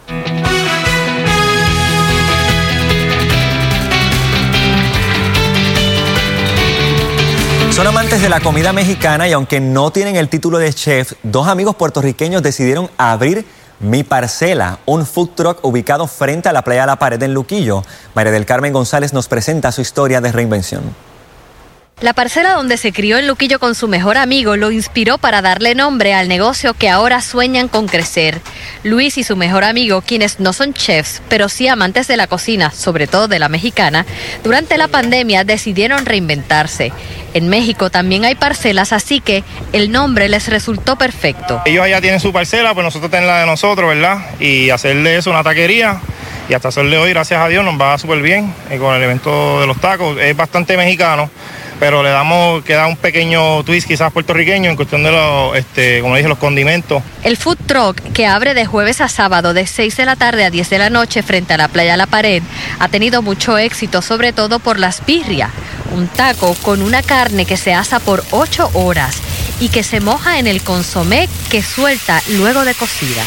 Son amantes de la comida mexicana y aunque no tienen el título de chef, dos amigos puertorriqueños decidieron abrir Mi Parcela, un food truck ubicado frente a la playa La Pared en Luquillo. María del Carmen González nos presenta su historia de reinvención. La parcela donde se crió en Luquillo con su mejor amigo lo inspiró para darle nombre al negocio que ahora sueñan con crecer. Luis y su mejor amigo, quienes no son chefs, pero sí amantes de la cocina, sobre todo de la mexicana, durante la pandemia decidieron reinventarse. En México también hay parcelas, así que el nombre les resultó perfecto. Ellos allá tienen su parcela, pues nosotros tenemos la de nosotros, ¿verdad? Y hacerle eso una taquería. Y hasta hacerle hoy, gracias a Dios, nos va súper bien eh, con el evento de los tacos. Es bastante mexicano, pero le damos, queda un pequeño twist quizás puertorriqueño en cuestión de los, este, como dije, los condimentos. El food truck, que abre de jueves a sábado de seis de la tarde a diez de la noche frente a la playa La Pared, ha tenido mucho éxito, sobre todo por las birria, un taco con una carne que se asa por ocho horas y que se moja en el consomé que suelta luego de cocida.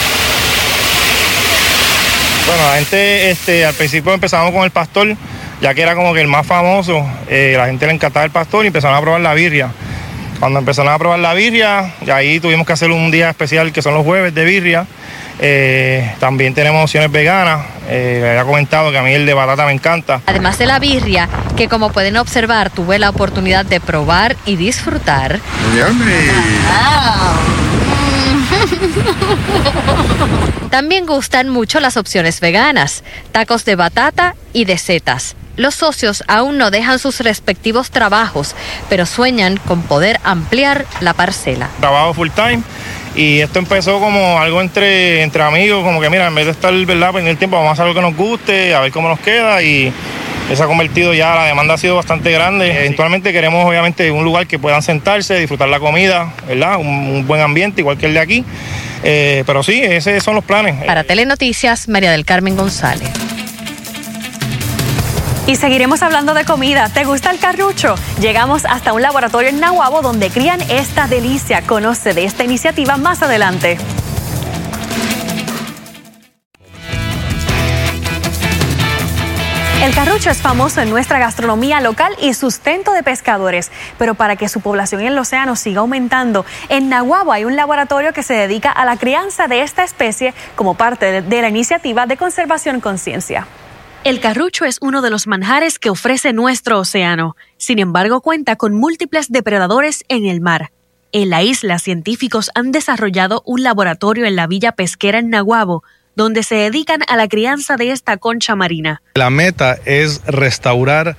Bueno, la gente, este, al principio empezamos con el pastor, ya que era como que el más famoso, eh, la gente le encantaba el pastor y empezaron a probar la birria. Cuando empezaron a probar la birria, ahí tuvimos que hacer un día especial que son los jueves de birria. Eh, también tenemos opciones veganas, eh, le había comentado que a mí el de batata me encanta. Además de la birria, que como pueden observar, tuve la oportunidad de probar y disfrutar. También gustan mucho las opciones veganas, tacos de batata y de setas. Los socios aún no dejan sus respectivos trabajos, pero sueñan con poder ampliar la parcela. Trabajo full time y esto empezó como algo entre, entre amigos, como que mira, en vez de estar, ¿verdad?, perdiendo el tiempo, vamos a hacer algo que nos guste, a ver cómo nos queda, y se ha convertido ya, la demanda ha sido bastante grande. Sí. Eventualmente queremos obviamente un lugar que puedan sentarse, disfrutar la comida, ¿verdad?, un, un buen ambiente igual que el de aquí, eh, pero sí, esos son los planes. Para Telenoticias, María del Carmen González. Y seguiremos hablando de comida. ¿Te gusta el carrucho? Llegamos hasta un laboratorio en Naguabo donde crían esta delicia. Conoce de esta iniciativa más adelante. El carrucho es famoso en nuestra gastronomía local y sustento de pescadores, pero para que su población en el océano siga aumentando, en Naguabo hay un laboratorio que se dedica a la crianza de esta especie como parte de, de la iniciativa de Conservación Conciencia. El carrucho es uno de los manjares que ofrece nuestro océano. Sin embargo, cuenta con múltiples depredadores en el mar. En la isla, científicos han desarrollado un laboratorio en la villa pesquera en Naguabo, donde se dedican a la crianza de esta concha marina. La meta es restaurar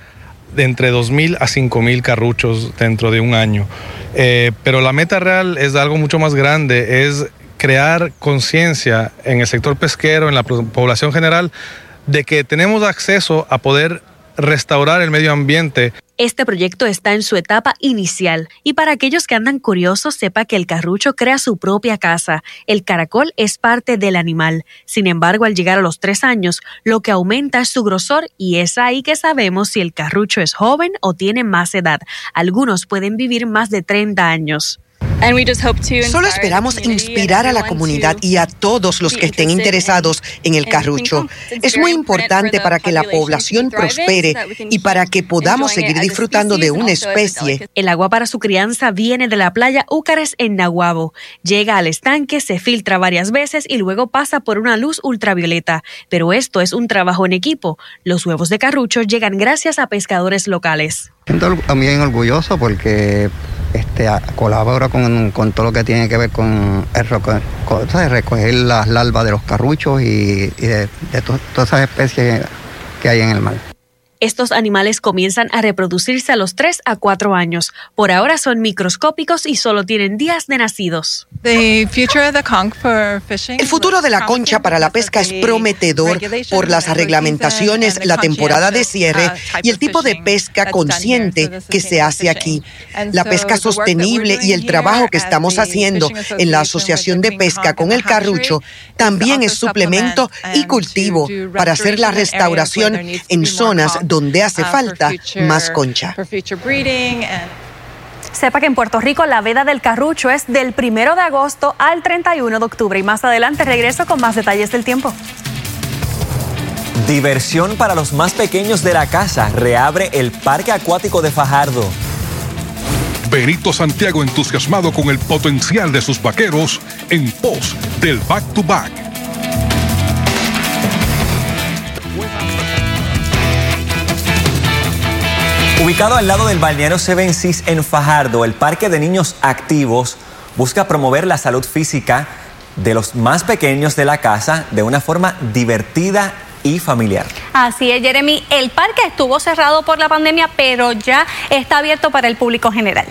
de entre dos mil a cinco mil carruchos dentro de un año. Eh, pero la meta real es algo mucho más grande, es crear conciencia en el sector pesquero, en la población general, de que tenemos acceso a poder restaurar el medio ambiente. Este proyecto está en su etapa inicial y para aquellos que andan curiosos, sepa que el carrucho crea su propia casa. El caracol es parte del animal. Sin embargo, al llegar a los tres años, lo que aumenta es su grosor y es ahí que sabemos si el carrucho es joven o tiene más edad. Algunos pueden vivir más de treinta años. Solo esperamos inspirar a la comunidad y a todos los que estén interesados en el carrucho. Es muy importante para que la población prospere y para que podamos seguir disfrutando de una especie. El agua para su crianza viene de la playa Úcares en Naguabo. Llega al estanque, se filtra varias veces y luego pasa por una luz ultravioleta. Pero esto es un trabajo en equipo. Los huevos de carrucho llegan gracias a pescadores locales. Siento también orgulloso porque este, colabora con, con todo lo que tiene que ver con, el, con ¿sabes? recoger las larvas de los carruchos y, y de, de to, todas esas especies que hay en el mar. Estos animales comienzan a reproducirse a los tres a cuatro años. Por ahora son microscópicos y solo tienen días de nacidos. El futuro de la concha para la pesca es prometedor por las reglamentaciones, la temporada de cierre y el tipo de pesca consciente que se hace aquí. La pesca sostenible y el trabajo que estamos haciendo en la Asociación de Pesca con el Carrucho también es suplemento y cultivo para hacer la restauración en zonas donde hace falta más concha. Sepa que en Puerto Rico la veda del carrucho es del primero de agosto al treinta y uno de octubre. Y más adelante regreso con más detalles del tiempo. Diversión para los más pequeños de la casa. Reabre el Parque Acuático de Fajardo. Benito Santiago entusiasmado con el potencial de sus vaqueros en pos del back to back. Ubicado al lado del balneario Seven Seas en Fajardo, el Parque de Niños Activos busca promover la salud física de los más pequeños de la casa de una forma divertida y familiar. Así es, Jeremy. El parque estuvo cerrado por la pandemia, pero ya está abierto para el público general.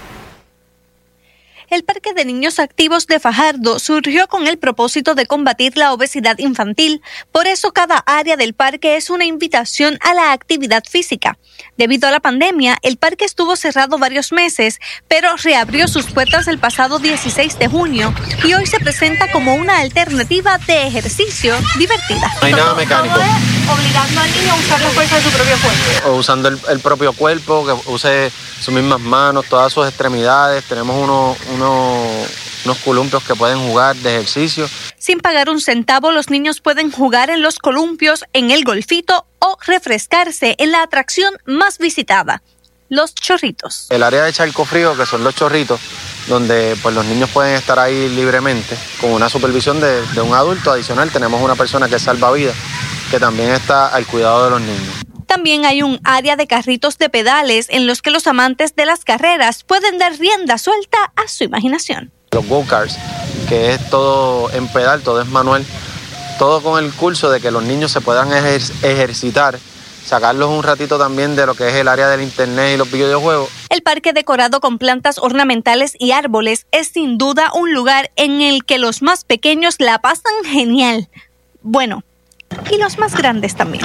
El Parque de Niños Activos de Fajardo surgió con el propósito de combatir la obesidad infantil. Por eso cada área del parque es una invitación a la actividad física. Debido a la pandemia, el parque estuvo cerrado varios meses, pero reabrió sus puertas el pasado dieciséis de junio y hoy se presenta como una alternativa de ejercicio divertida. No hay nada mecánico. Todo es obligando al niño a usar la fuerza de su propio cuerpo. O usando el, el propio cuerpo, que use sus mismas manos, todas sus extremidades. Tenemos uno, uno, unos columpios que pueden jugar de ejercicio. Sin pagar un centavo, los niños pueden jugar en los columpios, en el golfito o refrescarse en la atracción más visitada, los chorritos. El área de charco frío, que son los chorritos, donde pues, los niños pueden estar ahí libremente, con una supervisión de, de un adulto adicional. Tenemos una persona que es salvavidas, que también está al cuidado de los niños. También hay un área de carritos de pedales en los que los amantes de las carreras pueden dar rienda suelta a su imaginación. Los go-karts, que es todo en pedal, todo es manual, todo con el curso de que los niños se puedan ejer- ejercitar, sacarlos un ratito también de lo que es el área del internet y los videojuegos. El parque decorado con plantas ornamentales y árboles es sin duda un lugar en el que los más pequeños la pasan genial. Bueno, y los más grandes también.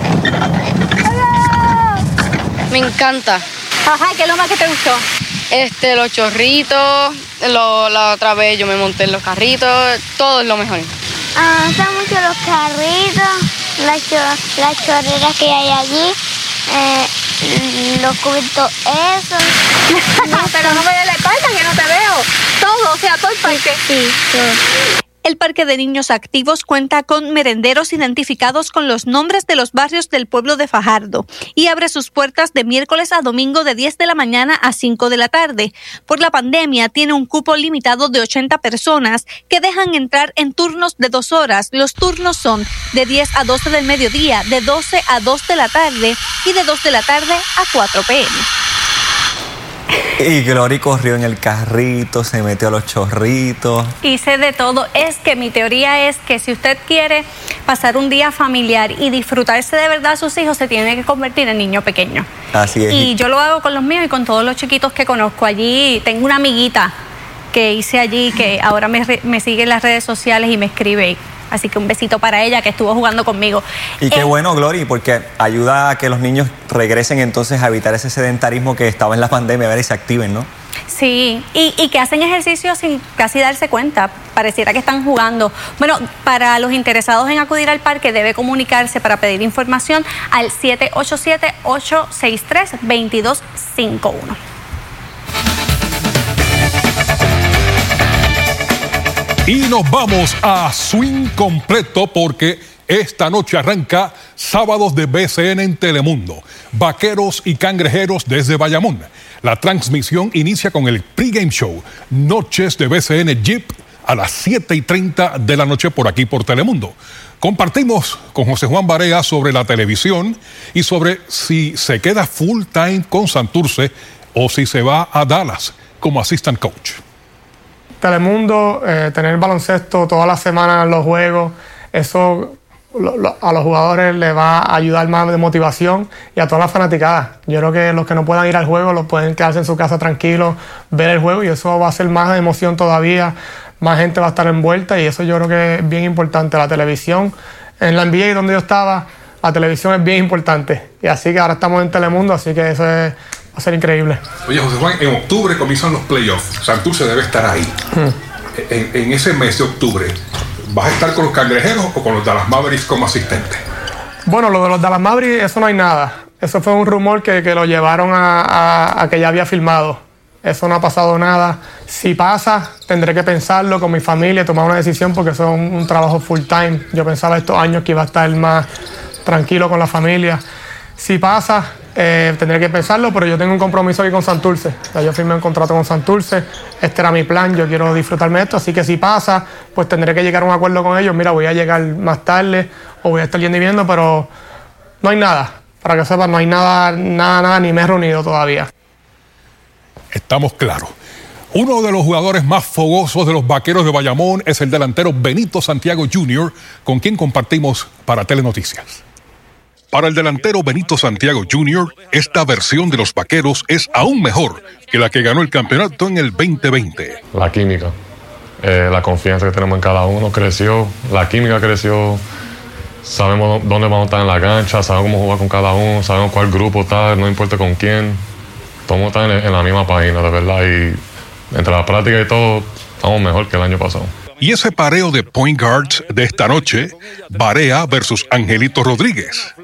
Me encanta. Ajá, ¿qué es lo más que te gustó? Este, los chorritos, lo, la otra vez yo me monté en los carritos, todo es lo mejor. Ah, me gustan mucho los carritos, las, cho las chorreras que hay allí, eh, los cubitos esos. Pero no me dé la espalda que no te veo. Todo, o sea, todo el parque. Sí, todo. El Parque de Niños Activos cuenta con merenderos identificados con los nombres de los barrios del pueblo de Fajardo y abre sus puertas de miércoles a domingo de diez de la mañana a cinco de la tarde. Por la pandemia tiene un cupo limitado de ochenta personas que dejan entrar en turnos de dos horas. Los turnos son de diez a doce del mediodía, de doce a dos de la tarde y de dos de la tarde a cuatro p m Y Glory corrió en el carrito, se metió a los chorritos. Hice de todo. Es que mi teoría es que si usted quiere pasar un día familiar y disfrutarse de verdad a sus hijos, se tiene que convertir en niño pequeño. Así es. Y yo lo hago con los míos y con todos los chiquitos que conozco. Allí tengo una amiguita que hice allí, que ahora me, me sigue en las redes sociales y me escribe. Así que un besito para ella, que estuvo jugando conmigo. Y qué eh, bueno, Glory, porque ayuda a que los niños regresen entonces a evitar ese sedentarismo que estaba en la pandemia, a ver, y se activen, ¿no? Sí, y, y que hacen ejercicio sin casi darse cuenta. Pareciera que están jugando. Bueno, para los interesados en acudir al parque, debe comunicarse para pedir información al siete ocho siete, ocho seis tres, dos dos cinco uno. Y nos vamos a swing completo porque esta noche arranca Sábados de B C N en Telemundo. Vaqueros y Cangrejeros desde Bayamón. La transmisión inicia con el pregame show. Noches de B C N Jeep a las siete y treinta de la noche por aquí por Telemundo. Compartimos con José Juan Barea sobre la televisión y sobre si se queda full time con Santurce o si se va a Dallas como assistant coach. Telemundo, eh, tener baloncesto toda la semana en los juegos, eso lo, lo, a los jugadores les va a ayudar más de motivación y a todas las fanaticadas. Yo creo que los que no puedan ir al juego los pueden quedarse en su casa tranquilos, ver el juego y eso va a ser más emoción todavía, más gente va a estar envuelta y eso yo creo que es bien importante. La televisión, en la N B A donde yo estaba, la televisión es bien importante y así que ahora estamos en Telemundo, así que eso es... va a ser increíble. Oye, José Juan, en octubre comienzan los playoffs. Santurce debe estar ahí. Hmm. En, en ese mes de octubre, ¿vas a estar con los Cangrejeros o con los Dallas Mavericks como asistente? Bueno, lo de los Dallas Mavericks, eso no hay nada. Eso fue un rumor que, que lo llevaron a, a, a que ya había firmado. Eso no ha pasado nada. Si pasa, tendré que pensarlo con mi familia, tomar una decisión porque eso es un, un trabajo full time. Yo pensaba estos años que iba a estar más tranquilo con la familia. Si pasa, eh, tendré que pensarlo, pero yo tengo un compromiso aquí con Santurce. Ya yo firmé un contrato con Santurce, este era mi plan, yo quiero disfrutarme de esto, así que si pasa, pues tendré que llegar a un acuerdo con ellos. Mira, voy a llegar más tarde o voy a estar yendo y viendo, pero no hay nada. Para que sepan, no hay nada, nada, nada, ni me he reunido todavía. Estamos claros. Uno de los jugadores más fogosos de los Vaqueros de Bayamón es el delantero Benito Santiago junior, con quien compartimos para Telenoticias. Para el delantero Benito Santiago junior, esta versión de los Vaqueros es aún mejor que la que ganó el campeonato en el veinte veinte. La química, eh, la confianza que tenemos en cada uno creció, la química creció, sabemos dónde vamos a estar en la cancha, sabemos cómo jugar con cada uno, sabemos cuál grupo está, no importa con quién, todos están en, en la misma página, de verdad, y entre la práctica y todo, estamos mejor que el año pasado. Y ese pareo de point guards de esta noche, Barea versus Angelito Rodríguez.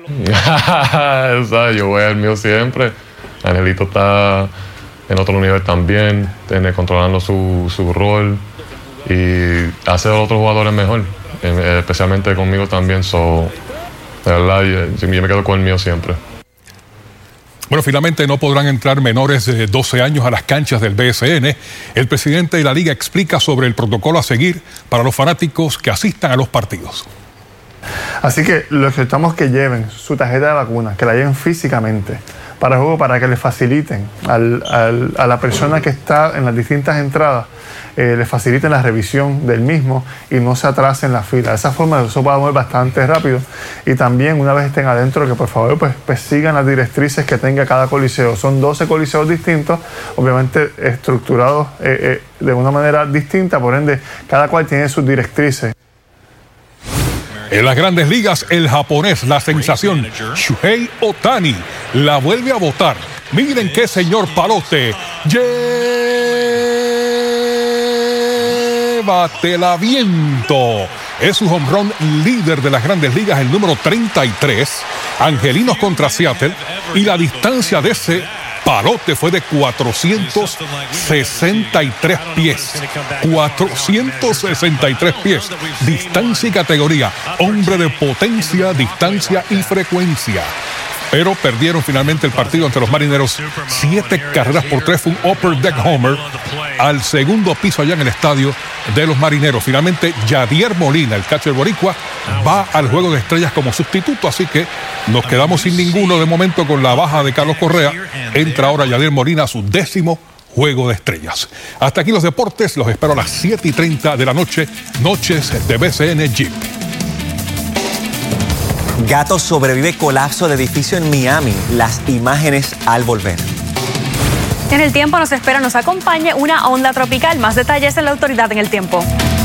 Yo voy al mío siempre. Angelito está en otro nivel también, tiene, controlando su, su rol y hace a los otros jugadores mejor, especialmente conmigo también. So, de verdad, yo, yo me quedo con el mío siempre. Bueno, finalmente no podrán entrar menores de doce años a las canchas del B S N. El presidente de la liga explica sobre el protocolo a seguir para los fanáticos que asistan a los partidos. Así que los exhortamos que lleven su tarjeta de vacuna, que la lleven físicamente para el juego, para que le faciliten al, al, a la persona que está en las distintas entradas, eh, le faciliten la revisión del mismo y no se atrasen la fila. De esa forma eso puede mover bastante rápido y también una vez estén adentro que por favor pues, pues sigan las directrices que tenga cada coliseo. Son doce coliseos distintos, obviamente estructurados eh, eh, de una manera distinta, por ende cada cual tiene sus directrices. En las Grandes Ligas, el japonés, la sensación Shohei Ohtani, la vuelve a botar. Miren qué señor palote. Llévatela viento. Es su home run líder de las Grandes Ligas, el número treinta y tres. Angelinos contra Seattle. Y la distancia de ese palote fue de cuatrocientos sesenta y tres pies. cuatrocientos sesenta y tres pies. Distancia y categoría. Hombre de potencia, distancia y frecuencia. Pero perdieron finalmente el partido ante los Marineros. Siete carreras por tres. Fue un upper deck homer al segundo piso allá en el estadio de los Marineros. Finalmente, Yadier Molina, el catcher boricua, va al Juego de Estrellas como sustituto. Así que nos quedamos sin ninguno de momento con la baja de Carlos Correa. Entra ahora Yadier Molina a su décimo Juego de Estrellas. Hasta aquí los deportes, los espero a las siete y treinta de la noche, Noches de B C N Jeep. Gato sobrevive colapso de edificio en Miami. Las imágenes al volver. En el tiempo nos espera, nos acompañe una onda tropical. Más detalles en la Autoridad en el Tiempo.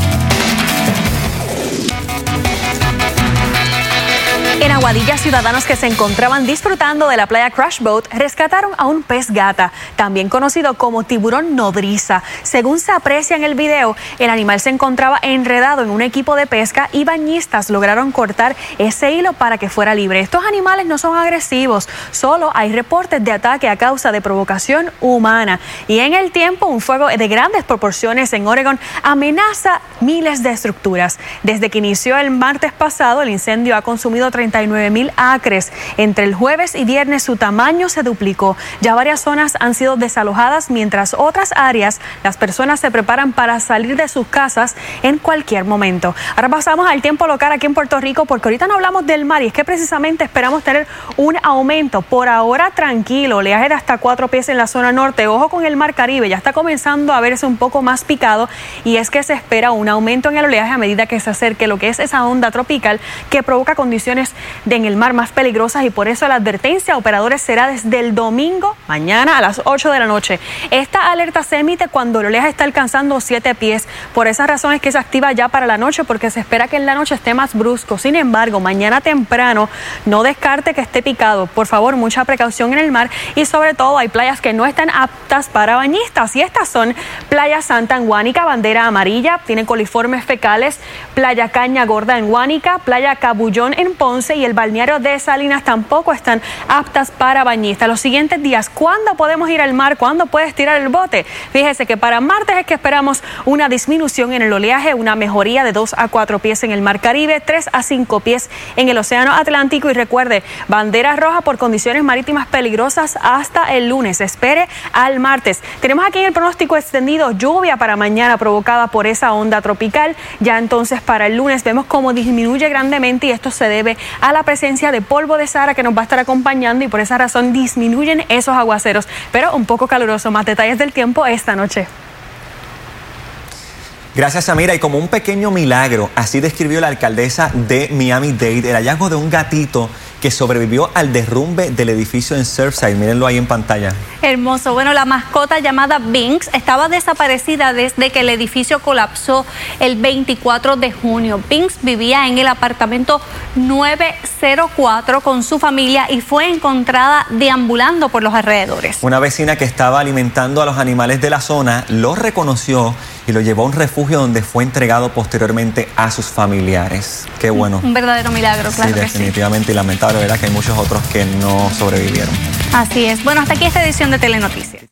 En Aguadilla, ciudadanos que se encontraban disfrutando de la playa Crash Boat rescataron a un pez gata, también conocido como tiburón nodriza. Según se aprecia en el video, el animal se encontraba enredado en un equipo de pesca y bañistas lograron cortar ese hilo para que fuera libre. Estos animales no son agresivos, solo hay reportes de ataque a causa de provocación humana. Y en el tiempo, un fuego de grandes proporciones en Oregon amenaza miles de estructuras. Desde que inició el martes pasado, el incendio ha consumido treinta y nueve mil acres. Entre el jueves y viernes su tamaño se duplicó. Ya varias zonas han sido desalojadas, mientras otras áreas las personas se preparan para salir de sus casas en cualquier momento. Ahora pasamos al tiempo local aquí en Puerto Rico, porque ahorita no hablamos del mar y es que precisamente esperamos tener un aumento. Por ahora tranquilo, oleaje de hasta cuatro pies en la zona norte. Ojo con el mar Caribe, ya está comenzando a verse un poco más picado y es que se espera un aumento en el oleaje a medida que se acerque lo que es esa onda tropical que provoca condiciones de en el mar más peligrosas, y por eso la advertencia a operadores será desde el domingo, mañana a las ocho de la noche. Esta alerta se emite cuando el oleaje está alcanzando siete pies. Por esa razón es que se activa ya para la noche, porque se espera que en la noche esté más brusco. Sin embargo, mañana temprano no descarte que esté picado. Por favor, mucha precaución en el mar, y sobre todo hay playas que no están aptas para bañistas, y estas son Playa Santa en Guánica, bandera amarilla, tiene coliformes fecales; Playa Caña Gorda en Guánica, Playa Cabullón en Ponce y el balneario de Salinas tampoco están aptas para bañistas. Los siguientes días, ¿cuándo podemos ir al mar? ¿Cuándo puedes tirar el bote? Fíjese que para martes es que esperamos una disminución en el oleaje, una mejoría de dos a cuatro pies en el mar Caribe, tres a cinco pies en el océano Atlántico, y recuerde, bandera roja por condiciones marítimas peligrosas hasta el lunes. Espere al martes. Tenemos aquí en el pronóstico extendido lluvia para mañana provocada por esa onda tropical. Ya entonces para el lunes vemos cómo disminuye grandemente, y esto se debe a la presencia de polvo de Sahara que nos va a estar acompañando, y por esa razón disminuyen esos aguaceros, pero un poco caluroso. Más detalles del tiempo esta noche. Gracias, Samira. Y como un pequeño milagro, así describió la alcaldesa de Miami-Dade el hallazgo de un gatito que sobrevivió al derrumbe del edificio en Surfside. Mírenlo ahí en pantalla. Hermoso. Bueno, la mascota llamada Binks estaba desaparecida desde que el edificio colapsó el veinticuatro de junio. Binks vivía en el apartamento nueve cero cuatro con su familia y fue encontrada deambulando por los alrededores. Una vecina que estaba alimentando a los animales de la zona lo reconoció y lo llevó a un refugio donde fue entregado posteriormente a sus familiares. Qué bueno. Un verdadero milagro, claro. Sí, que definitivamente, sí. Y lamentable, ¿verdad? Que hay muchos otros que no sobrevivieron. Así es. Bueno, hasta aquí esta edición de Telenoticias.